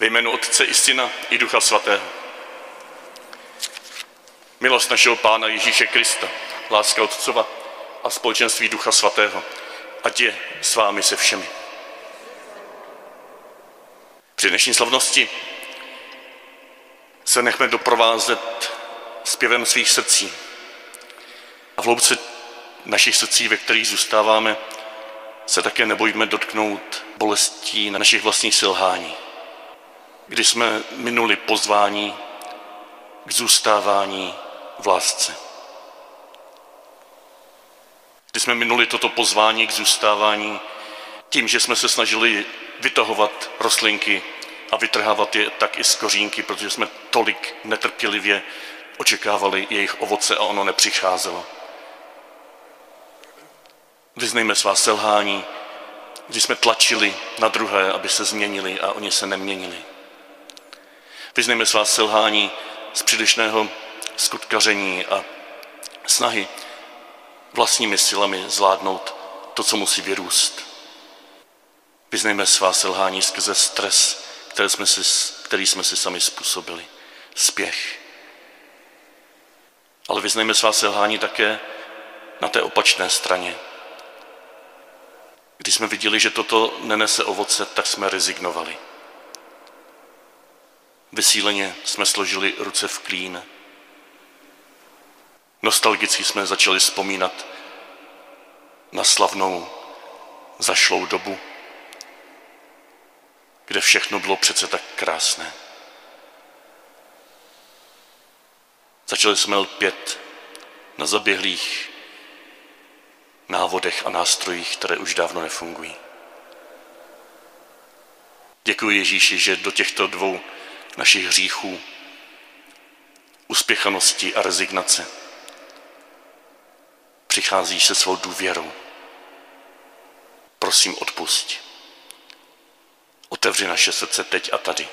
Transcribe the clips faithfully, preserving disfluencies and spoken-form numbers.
Ve jménu Otce i Syna i Ducha Svatého. Milost našeho Pána Ježíše Krista, láska Otcova a společenství Ducha Svatého, ať je s vámi se všemi. Při dnešní slavnosti se nechme doprovázet zpěvem svých srdcí. A v hloubce našich srdcí, ve kterých zůstáváme, se také nebojíme dotknout bolestí na našich vlastních selhání, kdy jsme minuli pozvání k zůstávání v lásce. Kdy jsme minuli toto pozvání k zůstávání tím, že jsme se snažili vytahovat rostlinky a vytrhávat je tak i z kořínky, protože jsme tolik netrpělivě očekávali jejich ovoce a ono nepřicházelo. Vyznejme svá selhání, kdy jsme tlačili na druhé, aby se změnili a oni se neměnili. Vyznejme svá selhání z přílišného skutkaření a snahy vlastními silami zvládnout to, co musí vyrůst. Vyznejme svá selhání skrze stres, který jsme si, který jsme si sami způsobili, spěch. Ale vyznejme svá selhání také na té opačné straně. Když jsme viděli, že toto nenese ovoce, tak jsme rezignovali. Vysíleně jsme složili ruce v klín. Nostalgicky jsme začali vzpomínat na slavnou zašlou dobu, kde všechno bylo přece tak krásné. Začali jsme lpět na zaběhlých návodech a nástrojích, které už dávno nefungují. Děkuji Ježíši, že do těchto dvou našich hříchů, uspěchanosti a rezignace, přicházíš se svou důvěrou. Prosím, odpusť. Otevři naše srdce teď a tady.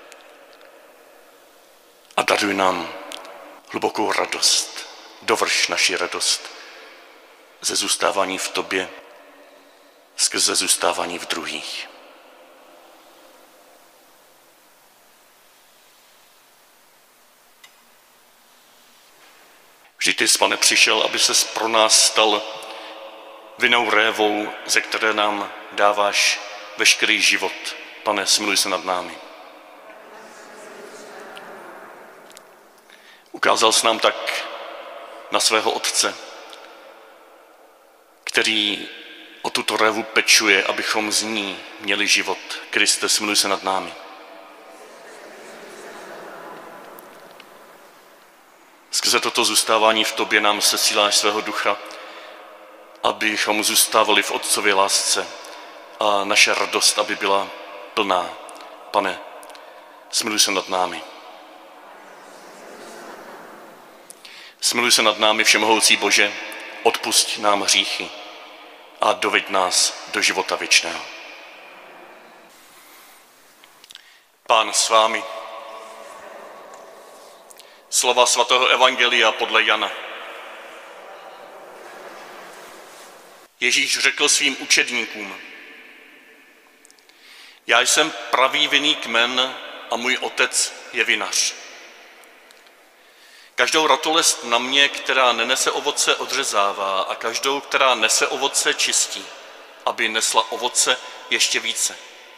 A daruj nám hlubokou radost. Dovrš naši radost ze zůstávání v tobě, skrze zůstávání v druhých. Vždyť ty, Pane, přišel, aby ses pro nás stal vinnou révou, ze které nám dáváš veškerý život. Pane, smiluj se nad námi. Ukázal jsi nám tak na svého Otce, který o tuto révu pečuje, abychom z ní měli život. Kriste, smiluj se nad námi. Skrze toto zůstávání v tobě nám sesíláš svého ducha, abychom zůstávali v Otcově lásce a naše radost, aby byla plná. Pane, smiluj se nad námi. Smiluj se nad námi, všemohoucí Bože, odpusť nám hříchy a doveď nás do života věčného. Pán s vámi. Slova svatého evangelia podle Jana. Ježíš řekl svým učedníkům: Já jsem pravý vinný kmen a můj Otec je vinař. Každou ratolest na mě, která nenese ovoce, odřezává a každou, která nese ovoce, čistí, aby nesla ovoce ještě více.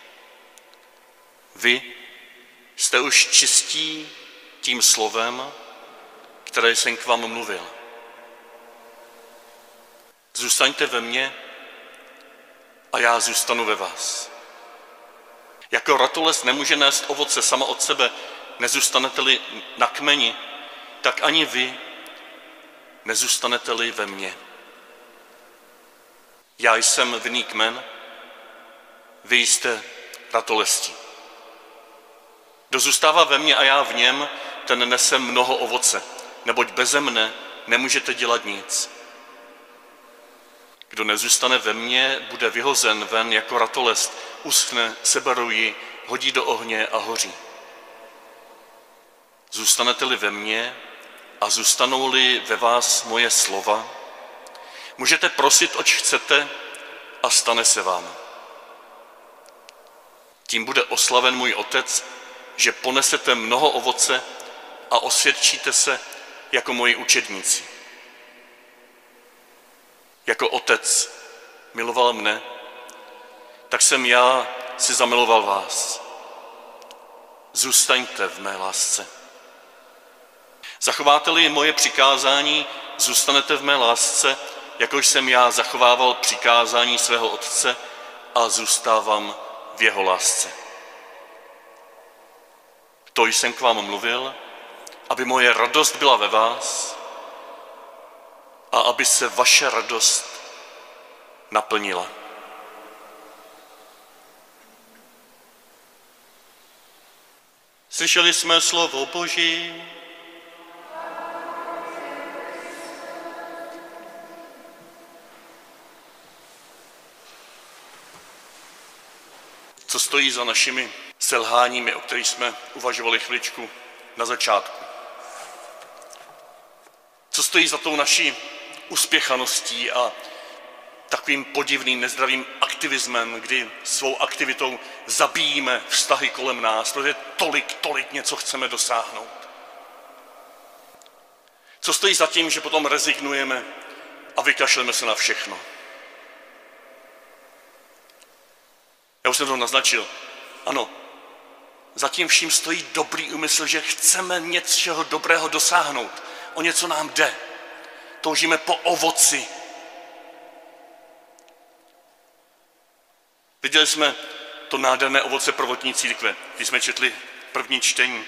Vy jste už čistí tím slovem, které jsem k vám mluvil. Zůstaňte ve mně a já zůstanu ve vás. Jako ratolest nemůže nést ovoce sama od sebe, nezůstanete-li na kmeni, tak ani vy nezůstanete-li ve mně. Já jsem vinný kmen, vy jste ratolesti. Kdo zůstává ve mně a já v něm, ten nese mnoho ovoce, neboť beze mne nemůžete dělat nic. Kdo nezůstane ve mně, bude vyhozen ven jako ratolest, uschne, seberou ji, hodí do ohně a hoří. Zůstanete-li ve mně a zůstanou-li ve vás moje slova, můžete prosit, oč chcete, a stane se vám. Tím bude oslaven můj Otec, že ponesete mnoho ovoce a osvědčíte se jako moji učedníci. Jako otec miloval mne, tak jsem já si zamiloval vás. Zůstaňte v mé lásce. Zachováte-li moje přikázání, zůstanete v mé lásce, jakož jsem já zachovával přikázání svého otce a zůstávám v jeho lásce. To jsem k vám mluvil, aby moje radost byla ve vás a aby se vaše radost naplnila. Slyšeli jsme slovo Boží. Co stojí za našimi selháními, o kterých jsme uvažovali chviličku na začátku? Co stojí za tou naší uspěchaností a takovým podivným, nezdravým aktivismem, kdy svou aktivitou zabíjíme vztahy kolem nás, protože tolik, tolik něco chceme dosáhnout? Co stojí za tím, že potom rezignujeme a vykašleme se na všechno? Já už jsem to naznačil. Ano, za tím vším stojí dobrý úmysl, že chceme něčeho dobrého dosáhnout. O něco nám jde. Toužíme po ovoci. Viděli jsme to nádherné ovoce prvotní církve, když jsme četli první čtení.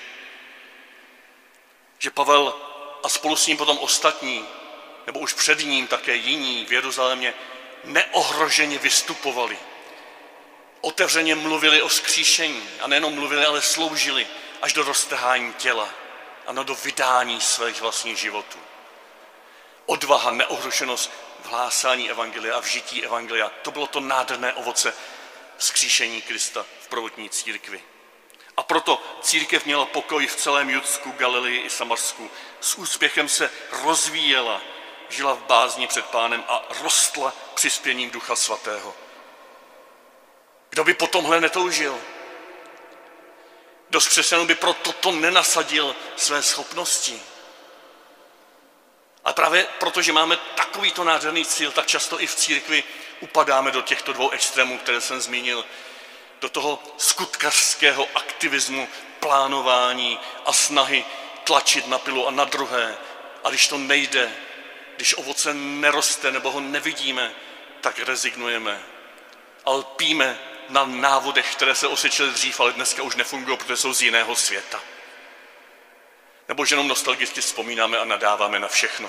Že Pavel a spolu s ním potom ostatní, nebo už před ním také jiní v Jeruzalémě, neohroženě vystupovali. Otevřeně mluvili o vzkříšení a nejenom mluvili, ale sloužili až do roztrhání těla a do vydání svých vlastních životů. Odvaha, neohrošenost v hlásání evangelia a v žití evangelia, to bylo to nádherné ovoce vzkříšení Krista v prvotní církvi. A proto církev měla pokoj v celém Judsku, Galilei i Samarsku. S úspěchem se rozvíjela, žila v bázni před Pánem a rostla přispěním Ducha Svatého. Kdo by po tomhle netoužil? Kdo z křesťanů by pro toto nenasadil své schopnosti? A právě protože máme takovýto nádherný cíl, tak často i v církvi upadáme do těchto dvou extrémů, které jsem zmínil. Do toho skutkařského aktivismu, plánování a snahy tlačit na pilu a na druhé. A když to nejde, když ovoce neroste nebo ho nevidíme, tak rezignujeme. A lpíme na návodech, které se osvědčily dřív, ale dneska už nefungují, protože jsou z jiného světa. Nebo že jenom nostalgicky vzpomínáme a nadáváme na všechno.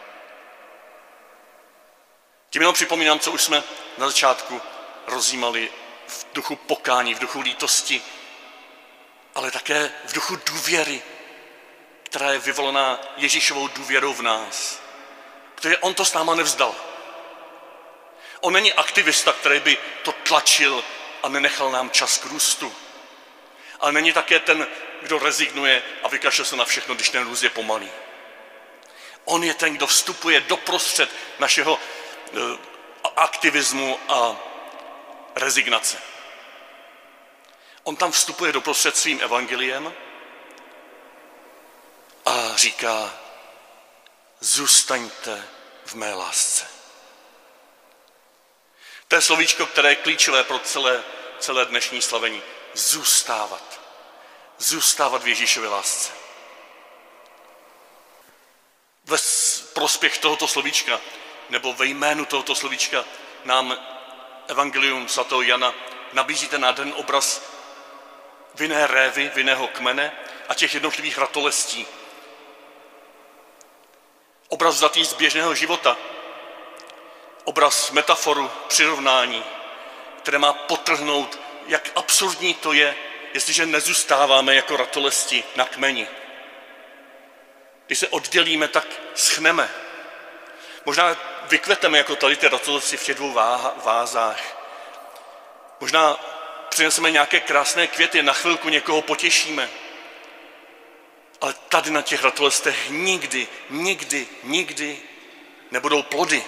Tím jenom připomínám, co už jsme na začátku rozjímali v duchu pokání, v duchu lítosti, ale také v duchu důvěry, která je vyvolaná Ježíšovou důvěrou v nás. Protože on to s náma nevzdal. On není aktivista, který by to tlačil a nenechal nám čas k růstu. Ale není také ten, kdo rezignuje a vykašle se na všechno, když ten růst je pomalý. On je ten, kdo vstupuje doprostřed našeho aktivismu a rezignace. On tam vstupuje doprostřed svým evangeliem a říká: zůstaňte v mé lásce. To je slovíčko, které je klíčové pro celé, celé dnešní slavení. Zůstávat. Zůstávat v Ježíšově lásce. Ve prospěch tohoto slovíčka, nebo ve jménu tohoto slovíčka, nám evangelium svatého Jana nabízí ten nádherný obraz vinné révy, vinného kmene a těch jednotlivých ratolestí. Obraz vzatý z běžného života. Obraz metaforu, přirovnání, které má podtrhnout, jak absurdní to je, jestliže nezůstáváme jako ratolesti na kmeni. Když se oddělíme, tak schneme. Možná vykveteme jako tady ty ratolesti v těch dvou vázách. Možná přineseme nějaké krásné květy, na chvilku někoho potěšíme. Ale tady na těch ratolestech nikdy, nikdy, nikdy nebudou plody.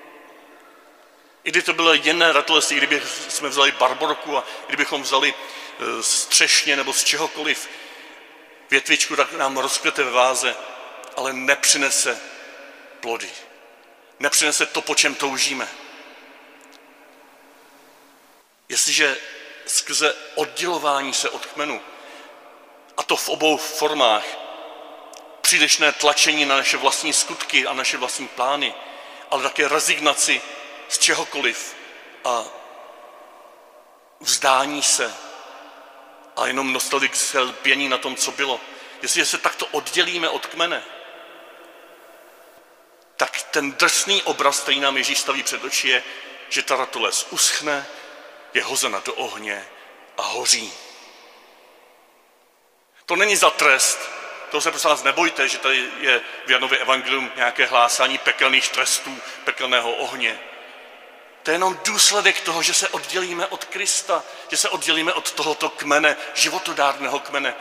I kdyby to bylo jiné ratolestí, kdybychom vzali barborku a kdybychom vzali z třešně nebo z čehokoliv větvičku, tak nám rozkvete ve váze, ale nepřinese plody. Nepřinese to, po čem toužíme. Jestliže skrze oddělování se od kmenu, a to v obou formách, přílišné tlačení na naše vlastní skutky a naše vlastní plány, ale také rezignaci z čehokoliv a vzdání se a jenom nostalgické lpění na tom, co bylo. Jestliže se takto oddělíme od kmene, tak ten drsný obraz, který nám Ježíš staví před oči, je, že ta ratolest uschne, je hozena do ohně a hoří. To není za trest, toho se prosím vás nebojte, že tady je v Janově evangelium nějaké hlásání pekelných trestů, pekelného ohně. To je jenom důsledek toho, že se oddělíme od Krista, že se oddělíme od tohoto kmene, životodárného kmene.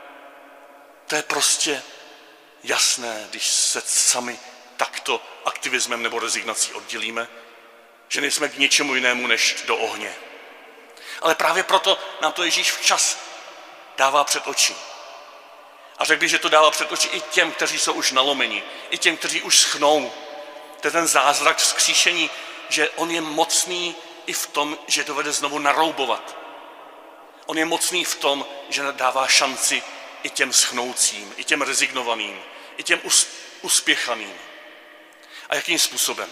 To je prostě jasné, když se sami takto aktivismem nebo rezignací oddělíme, že nejsme k ničemu jinému než do ohně. Ale právě proto nám to Ježíš včas dává před oči. A řekl bych, že to dává před oči i těm, kteří jsou už nalomeni, i těm, kteří už schnou. To je ten zázrak vzkříšení, že on je mocný i v tom, že dovede znovu naroubovat. On je mocný v tom, že dává šanci i těm schnoucím, i těm rezignovaným, i těm uspěchaným. A jakým způsobem?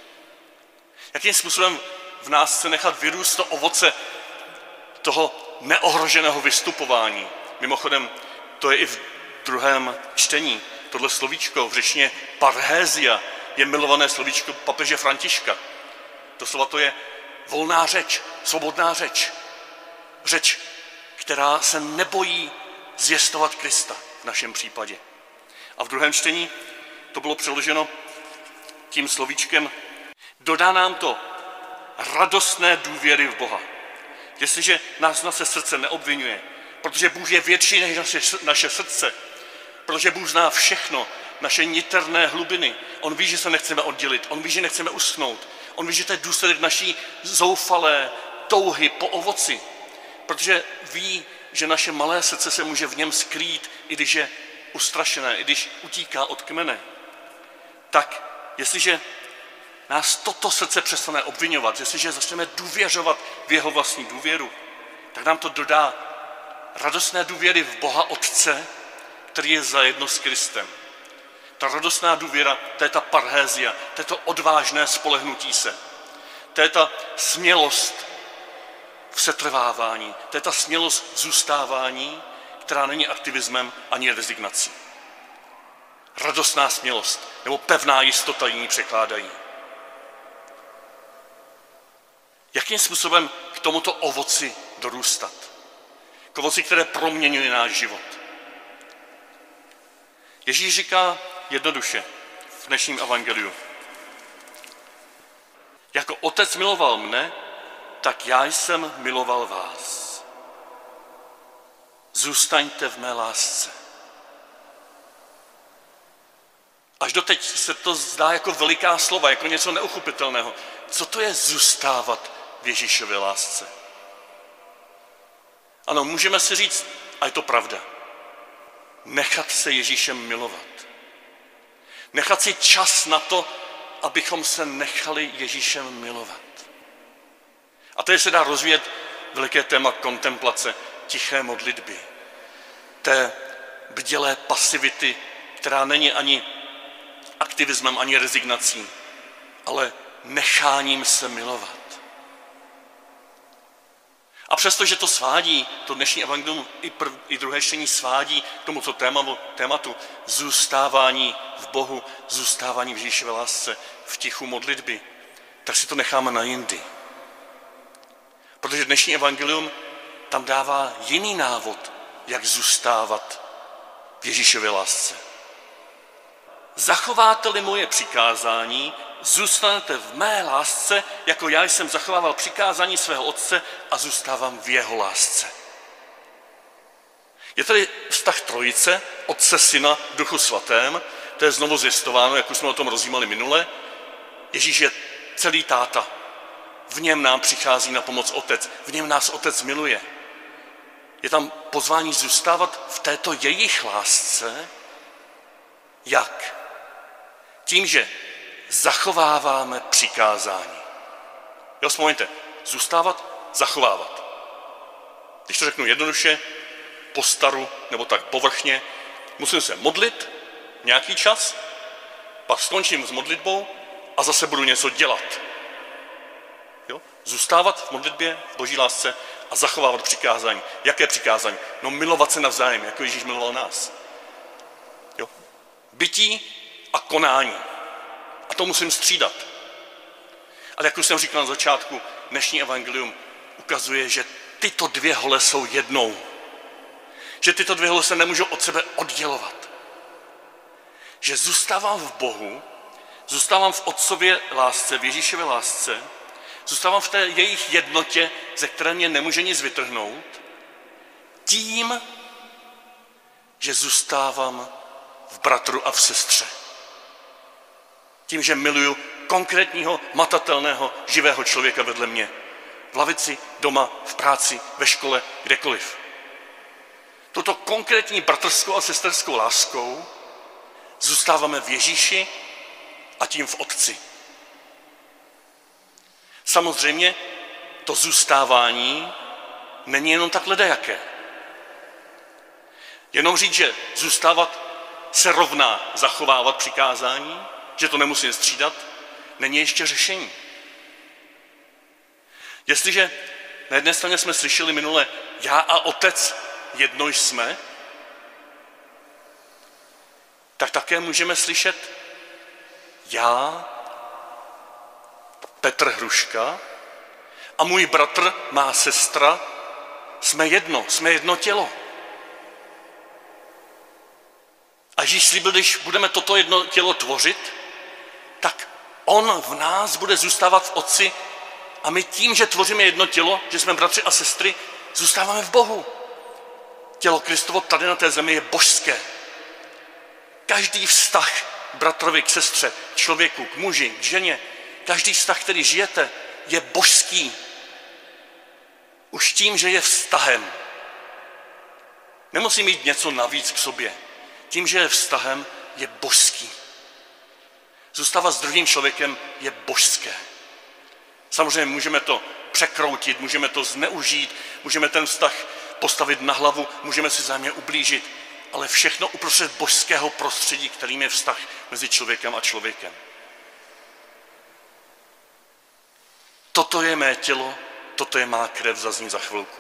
Jakým způsobem v nás chce nechat vyrůst to ovoce toho neohroženého vystupování? Mimochodem, to je i v druhém čtení. Tohle slovíčko v řečtině parhézia je milované slovíčko papeže Františka. Doslova to je volná řeč, svobodná řeč. Řeč, která se nebojí zvěstovat Krista v našem případě. A v druhém čtení to bylo přeloženo tím slovíčkem: dodá nám to radostné důvěry v Boha. Jestliže nás naše srdce neobvinuje, protože Bůh je větší než naše, naše srdce, protože Bůh zná všechno, naše niterné hlubiny. On ví, že se nechceme oddělit, on ví, že nechceme uschnout, on ví, že to je důsledek naší zoufalé touhy po ovoci, protože ví, že naše malé srdce se může v něm skrýt, i když je ustrašené, i když utíká od kmene. Tak jestliže nás toto srdce přestane obvinovat, jestliže začneme důvěřovat v jeho vlastní důvěru, tak nám to dodá radostné důvěry v Boha Otce, který je zajedno s Kristem. Ta radostná důvěra, to je ta parhézia, to je to odvážné spolehnutí se. To je ta smělost v setrvávání, to je ta smělost v zůstávání, která není aktivismem ani rezignací. Radostná smělost, nebo pevná jistota jiní překládají. Jakým způsobem k tomuto ovoci dorůstat? K ovoci, které proměňuje náš život. Ježíš říká jednoduše v dnešním evangeliu: jako Otec miloval mne, tak já jsem miloval vás. Zůstaňte v mé lásce. Až doteď se to zdá jako veliká slova, jako něco neuchopitelného. Co to je zůstávat v Ježíšově lásce? Ano, můžeme si říct, a je to pravda, nechat se Ježíšem milovat. Nechat si čas na to, abychom se nechali Ježíšem milovat. A tady se dá rozvíjet veliké téma kontemplace, tiché modlitby. Té bdělé pasivity, která není ani aktivismem, ani rezignací, ale necháním se milovat. A přesto, že to svádí, to dnešní evangelium i, prv, i druhé čtení svádí k tomuto tématu, tématu zůstávání v Bohu, zůstávání v Ježíšově lásce, v tichu modlitby, tak si to necháme na jindy. Protože dnešní evangelium tam dává jiný návod, jak zůstávat v Ježíšově lásce. Zachováte-li moje přikázání, zůstanete v mé lásce, jako já jsem zachovával přikázání svého Otce a zůstávám v jeho lásce. Je tady vztah trojice, Otce, Syna, Duchu Svatém, to je znovu zjistováno, jak už jsme o tom rozjímali minule. Ježíš je celý táta. V něm nám přichází na pomoc Otec, v něm nás Otec miluje. Je tam pozvání zůstávat v této jejich lásce. Jak? Tím, že zachováváme přikázání. Jo, vzpomeňte, zůstávat, zachovávat. Když to řeknu jednoduše, po staru nebo tak povrchně, musím se modlit nějaký čas, pak skončím s modlitbou a zase budu něco dělat. Jo? Zůstávat v modlitbě, v boží lásce a zachovávat přikázání. Jaké přikázání? No milovat se navzájem, jako Ježíš miloval nás. Jo? Bytí a konání. A to musím střídat. Ale jak už jsem říkal na začátku, dnešní evangelium ukazuje, že tyto dvě hole jsou jednou. Že tyto dvě hole se nemůžou od sebe oddělovat. Že zůstávám v Bohu, zůstávám v Otcově lásce, v Ježíšově lásce, zůstávám v té jejich jednotě, ze které mě nemůže nic vytrhnout, tím, že zůstávám v bratru a v sestře. Tím, že miluju konkrétního, matatelného, živého člověka vedle mě. V lavici, doma, v práci, ve škole, kdekoliv. Toto konkrétní bratrskou a sesterskou láskou zůstáváme v Ježíši a tím v Otci. Samozřejmě to zůstávání není jenom tak ledajaké. Jenom říct, že zůstávat se rovná zachovávat přikázání, že to nemusím střídat, není ještě řešení. Jestliže na jedné straně jsme slyšeli minule, já a Otec jedno jsme, tak také můžeme slyšet, já, Petr Hruška, a můj bratr, má sestra, jsme jedno, jsme jedno tělo. A Ježíš slíbil, když budeme toto jedno tělo tvořit, tak on v nás bude zůstávat v Otci a my tím, že tvoříme jedno tělo, že jsme bratři a sestry, zůstáváme v Bohu. Tělo Kristovo tady na té zemi je božské. Každý vztah k bratrovi, k sestře, k člověku, k muži, k ženě, každý vztah, který žijete, je božský. Už tím, že je vztahem. Nemusí mít něco navíc k sobě. Tím, že je vztahem, je božský. Zůstávat s druhým člověkem je božské. Samozřejmě můžeme to překroutit, můžeme to zneužít, můžeme ten vztah postavit na hlavu, můžeme si vzájemně ublížit, ale všechno uprostřed božského prostředí, kterým je vztah mezi člověkem a člověkem. Toto je mé tělo, toto je má krev, zazní za chvilku.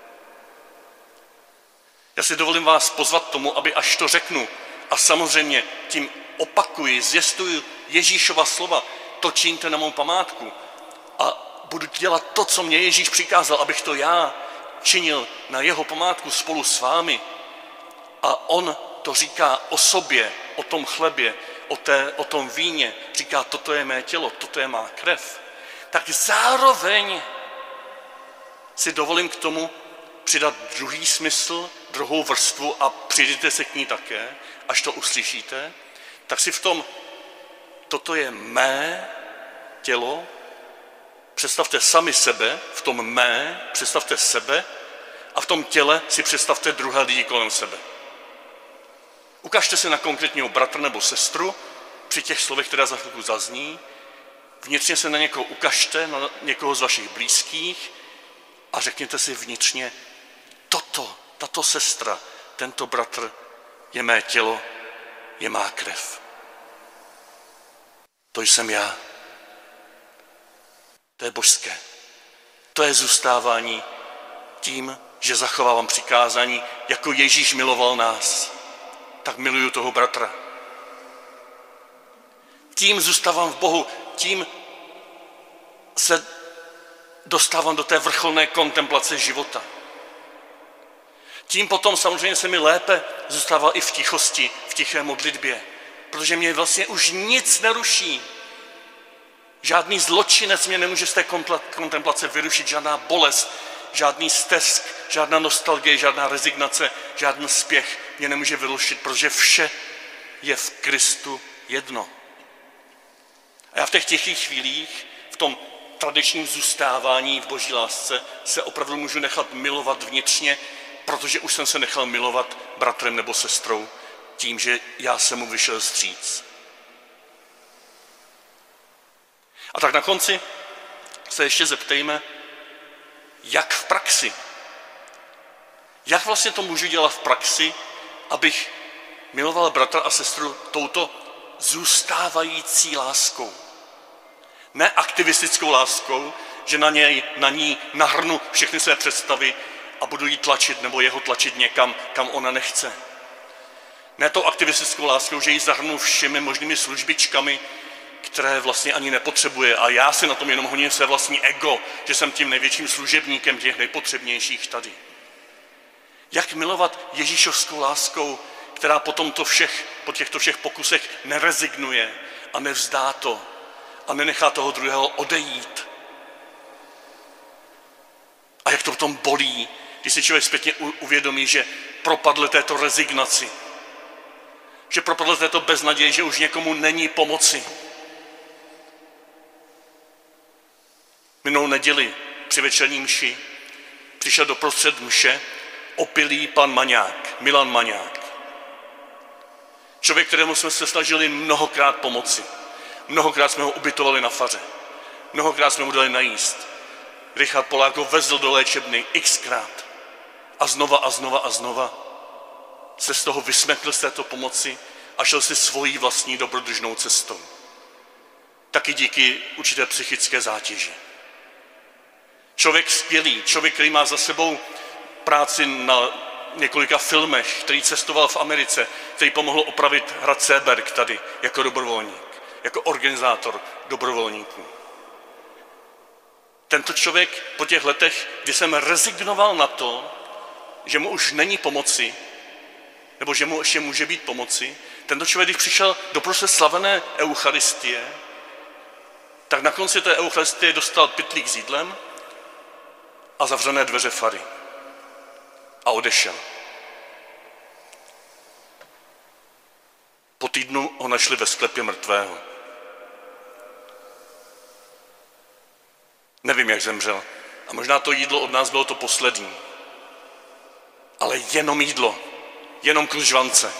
Já si dovolím vás pozvat tomu, aby až to řeknu, a samozřejmě tím opakuji, zvěstuju Ježíšova slova, to čiňte na mou památku a budu dělat to, co mě Ježíš přikázal, abych to já činil na jeho památku spolu s vámi. A on to říká o sobě, o tom chlebě, o, té, o tom víně, říká, toto je mé tělo, toto je má krev. Tak zároveň si dovolím k tomu přidat druhý smysl, druhou vrstvu a přijdete se k ní také, až to uslyšíte, tak si v tom, toto je mé tělo, představte sami sebe, v tom mé, představte sebe a v tom těle si představte druhé lidi kolem sebe. Ukažte se na konkrétního bratra nebo sestru při těch slovech, která za chvilku zazní, vnitřně se na někoho ukažte, na někoho z vašich blízkých a řekněte si vnitřně, toto, tato sestra, tento bratr je mé tělo, je má krev. To jsem já. To je božské. To je zůstávání tím, že zachovávám přikázání, jako Ježíš miloval nás. Tak miluju toho bratra. Tím zůstávám v Bohu, tím se dostávám do té vrcholné kontemplace života. Tím potom samozřejmě se mi lépe zůstává i v tichosti, v tiché modlitbě, protože mě vlastně už nic neruší. Žádný zločinec mě nemůže z té kontemplace vyrušit, žádná bolest, žádný stesk, žádná nostalgie, žádná rezignace, žádný spěch mě nemůže vyrušit, protože vše je v Kristu jedno. A já v těch tichých chvílích, v tom tradičním zůstávání v boží lásce se opravdu můžu nechat milovat vnitřně protože už jsem se nechal milovat bratrem nebo sestrou tím, že já jsem mu vyšel vstříc. A tak na konci se ještě zeptejme, jak v praxi. Jak vlastně to můžu dělat v praxi, abych miloval bratra a sestru touto zůstávající láskou. Ne aktivistickou láskou, že na něj, na ní nahrnu všechny své představy a budu jí tlačit nebo jeho tlačit někam, kam ona nechce. Ne tou aktivistickou láskou, že ji zahrnu všemi možnými službičkami, které vlastně ani nepotřebuje a já si na tom jenom honím své vlastní ego, že jsem tím největším služebníkem těch nejpotřebnějších tady. Jak milovat Ježíšovskou láskou, která po, tomto všech, po těchto všech pokusech nerezignuje a nevzdá to a nenechá toho druhého odejít. A jak to potom bolí, když si člověk zpětně uvědomí, že propadl této rezignaci, že propadl této beznaději, že už někomu není pomoci. Minulou neděli při večerní mši přišel doprostřed mše opilý pan Maňák, Milan Maňák. Člověk, kterému jsme se snažili mnohokrát pomoci. Mnohokrát jsme ho ubytovali na faře. Mnohokrát jsme mu dali najíst. Richard Polák ho vezl do léčebny xkrát. A znova a znova a znova se z toho vysmekl z této pomoci a šel si svojí vlastní dobrodružnou cestou. Taky díky určité psychické zátěži. Člověk skvělý, člověk, který má za sebou práci na několika filmech, který cestoval v Americe, který pomohl opravit hrad Seeberg tady jako dobrovolník, jako organizátor dobrovolníků. Tento člověk po těch letech, kdy jsem rezignoval na to, že mu už není pomoci, nebo že mu ještě může být pomoci, tento člověk, když přišel do prostě slavené eucharistie, tak na konci té eucharistie dostal pytlík s jídlem a zavřené dveře fary. A odešel. Po týdnu ho našli ve sklepě mrtvého. Nevím, jak zemřel. A možná to jídlo od nás bylo to poslední. Ale jenom jídlo. Jenom kus žvance.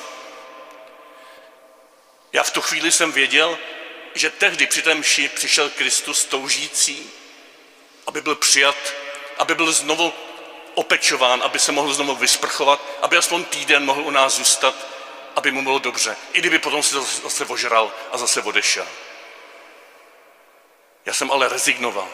Já v tu chvíli jsem věděl, že tehdy při té mši přišel Kristus toužící, aby byl přijat, aby byl znovu opečován, aby se mohl znovu vysprchovat, aby aspoň týden mohl u nás zůstat, aby mu bylo dobře. I kdyby potom si zase ožral a zase odešel. Já jsem ale rezignoval.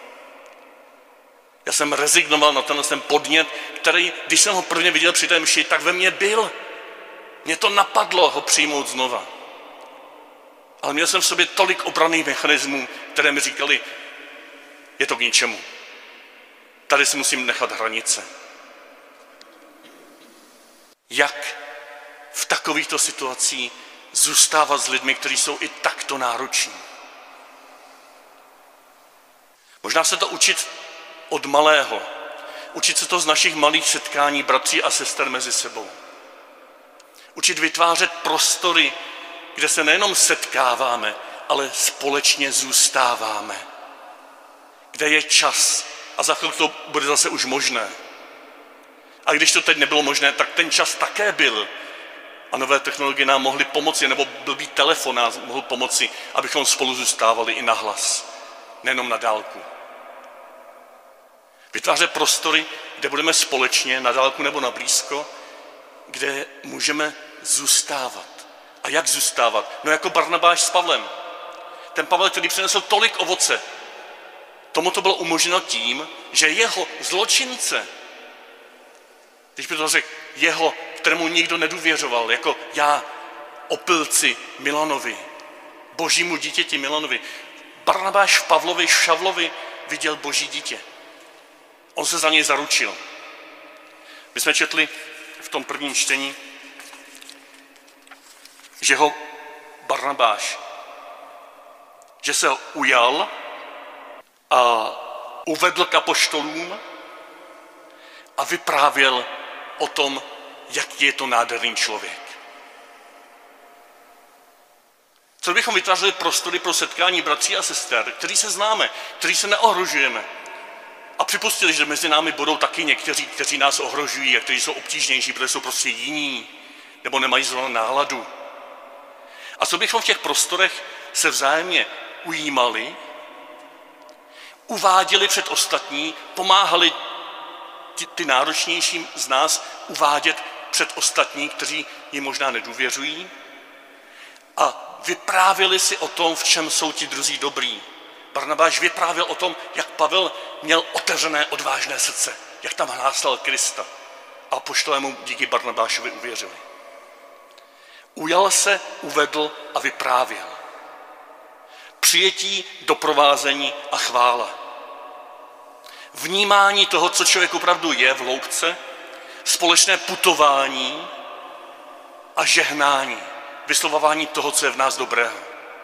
Já jsem rezignoval na tenhle ten podnět, který, když jsem ho prvně viděl při té mši, tak ve mně byl. Mě to napadlo ho přijmout znova. Ale měl jsem v sobě tolik obranných mechanismů, které mi říkali, je to k ničemu. Tady si musím nechat hranice. Jak v takovýchto situacích zůstávat s lidmi, kteří jsou i takto nároční? Možná se to učit od malého. Učit se to z našich malých setkání bratří a sester mezi sebou. Učit vytvářet prostory, kde se nejenom setkáváme, ale společně zůstáváme. Kde je čas a za chvilku to bude zase už možné. A když to teď nebylo možné, tak ten čas také byl. A nové technologie nám mohly pomoci, nebo blbý telefon nám mohl pomoci, abychom spolu zůstávali i na hlas, nejenom na dálku. Vytvářet prostory, kde budeme společně, na dálku nebo na blízko, kde můžeme zůstávat. A jak zůstávat? No jako Barnabáš s Pavlem. Ten Pavel, který přinesl tolik ovoce, tomu to bylo umožněno tím, že jeho zločince, když by to řekl, jeho, kterému nikdo nedůvěřoval, jako já, opilci Milanovi, božímu dítěti Milanovi, Barnabáš v Pavlovi, Šavlovi viděl boží dítě. On se za něj zaručil. My jsme četli v tom prvním čtení, že ho Barnabáš, že se ho ujal a uvedl k apoštolům a vyprávěl o tom, jaký je to nádherný člověk. Co bychom vytvářeli prostory pro setkání bratří a sester, který se známe, který se neohrožujeme, A připustili, že mezi námi budou taky někteří, kteří nás ohrožují a kteří jsou obtížnější, protože jsou prostě jiní, nebo nemají zrovna náladu. A co bychom v těch prostorech se vzájemně ujímali, uváděli před ostatní, pomáhali ty, ty náročnější z nás uvádět před ostatní, kteří jim možná nedůvěřují, a vyprávěli si o tom, v čem jsou ti druzí dobrý. Barnabáš vyprávěl o tom, jak Pavel měl otevřené, odvážné srdce, jak tam hlásal Krista. A apoštolé mu díky Barnabášovi uvěřili. Ujal se, uvedl a vyprávěl. Přijetí, doprovázení a chvála. Vnímání toho, co člověk opravdu je v hloubce, společné putování a žehnání, vyslovování toho, co je v nás dobrého.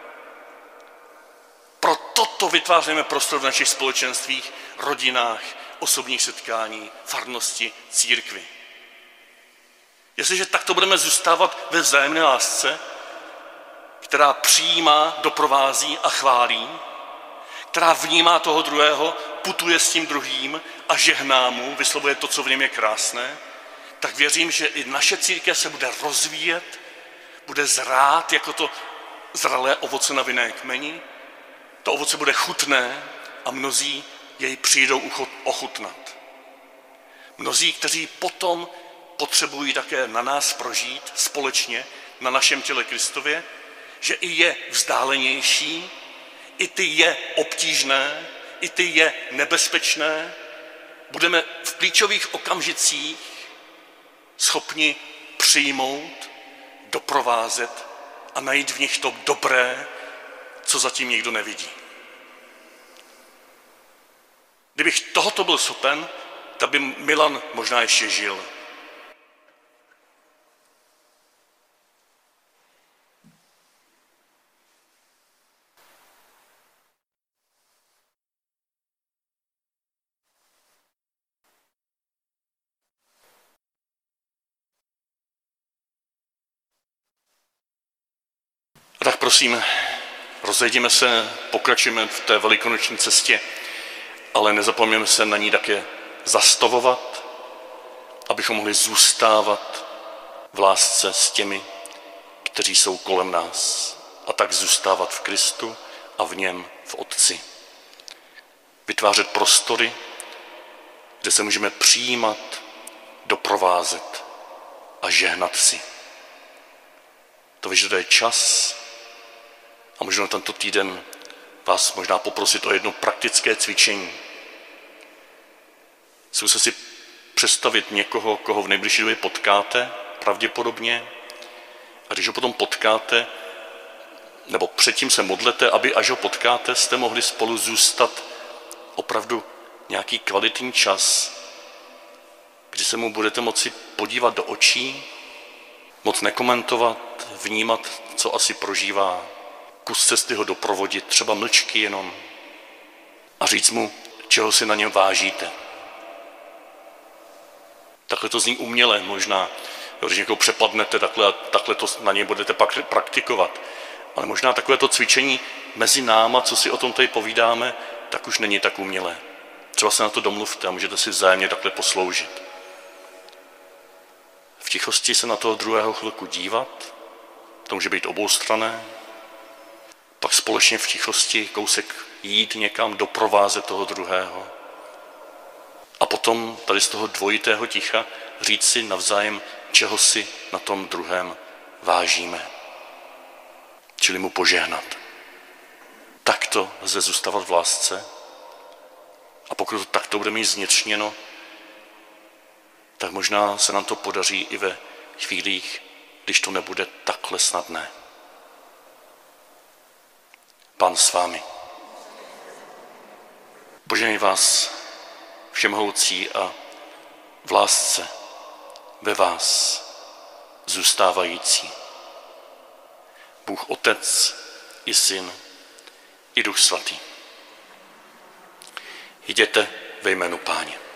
Pro toto vytváříme prostor v našich společenstvích, rodinách, osobních setkání, farnosti, církvi. Jestliže takto budeme zůstávat ve vzájemné lásce, která přijímá, doprovází a chválí, která vnímá toho druhého, putuje s tím druhým a žehná mu, vyslovuje to, co v něm je krásné, tak věřím, že i naše církev se bude rozvíjet, bude zrát jako to zralé ovoce na vinné kmeni, to ovoce bude chutné a mnozí jej přijdou ochutnat. Mnozí, kteří potom potřebují také na nás prožít společně na našem těle Kristově, že i je vzdálenější, i ty je obtížné, i ty je nebezpečné, budeme v klíčových okamžicích schopni přijmout, doprovázet a najít v nich to dobré, co zatím nikdo nevidí. Kdybych tohoto byl schopen, tak by Milan možná ještě žil. A tak prosím, rozejdeme se, pokračujeme v té velikonoční cestě, ale nezapomeňme se na ní také zastavovat, abychom mohli zůstávat v lásce s těmi, kteří jsou kolem nás, a tak zůstávat v Kristu a v něm v Otci. Vytvářet prostory, kde se můžeme přijímat, doprovázet a žehnat si. To vyžaduje čas a možná tento týden vás možná poprosit o jedno praktické cvičení. Zkuste si představit někoho, koho v nejbližší době potkáte, pravděpodobně, a když ho potom potkáte, nebo předtím se modlete, aby až ho potkáte, jste mohli spolu zůstat opravdu nějaký kvalitní čas, kdy se mu budete moci podívat do očí, moc nekomentovat, vnímat, co asi prožívá, kus cesty ho doprovodit, třeba mlčky jenom, a říct mu, čeho si na něm vážíte. Takhle to zní uměle možná, když někoho přepadnete, takhle, takhle to na něj budete pak praktikovat. Ale možná takové to cvičení mezi náma, co si o tom tady povídáme, tak už není tak umělé. Třeba se na to domluvte a můžete si vzájemně takhle posloužit. V tichosti se na toho druhého chvilku dívat, to může být oboustranné, pak společně v tichosti kousek jít někam, doprovázet toho druhého. A potom tady z toho dvojitého ticha říct si navzájem, čeho si na tom druhém vážíme. Čili mu požehnat. Takto lze zůstávat v lásce, a pokud to takto bude mít zvnitřněno, tak možná se nám to podaří i ve chvílích, když to nebude takhle snadné. Pán s vámi. Požehnej vás všemohoucí a v lásce ve vás zůstávající Bůh Otec i Syn i Duch Svatý. Jděte ve jménu Páně.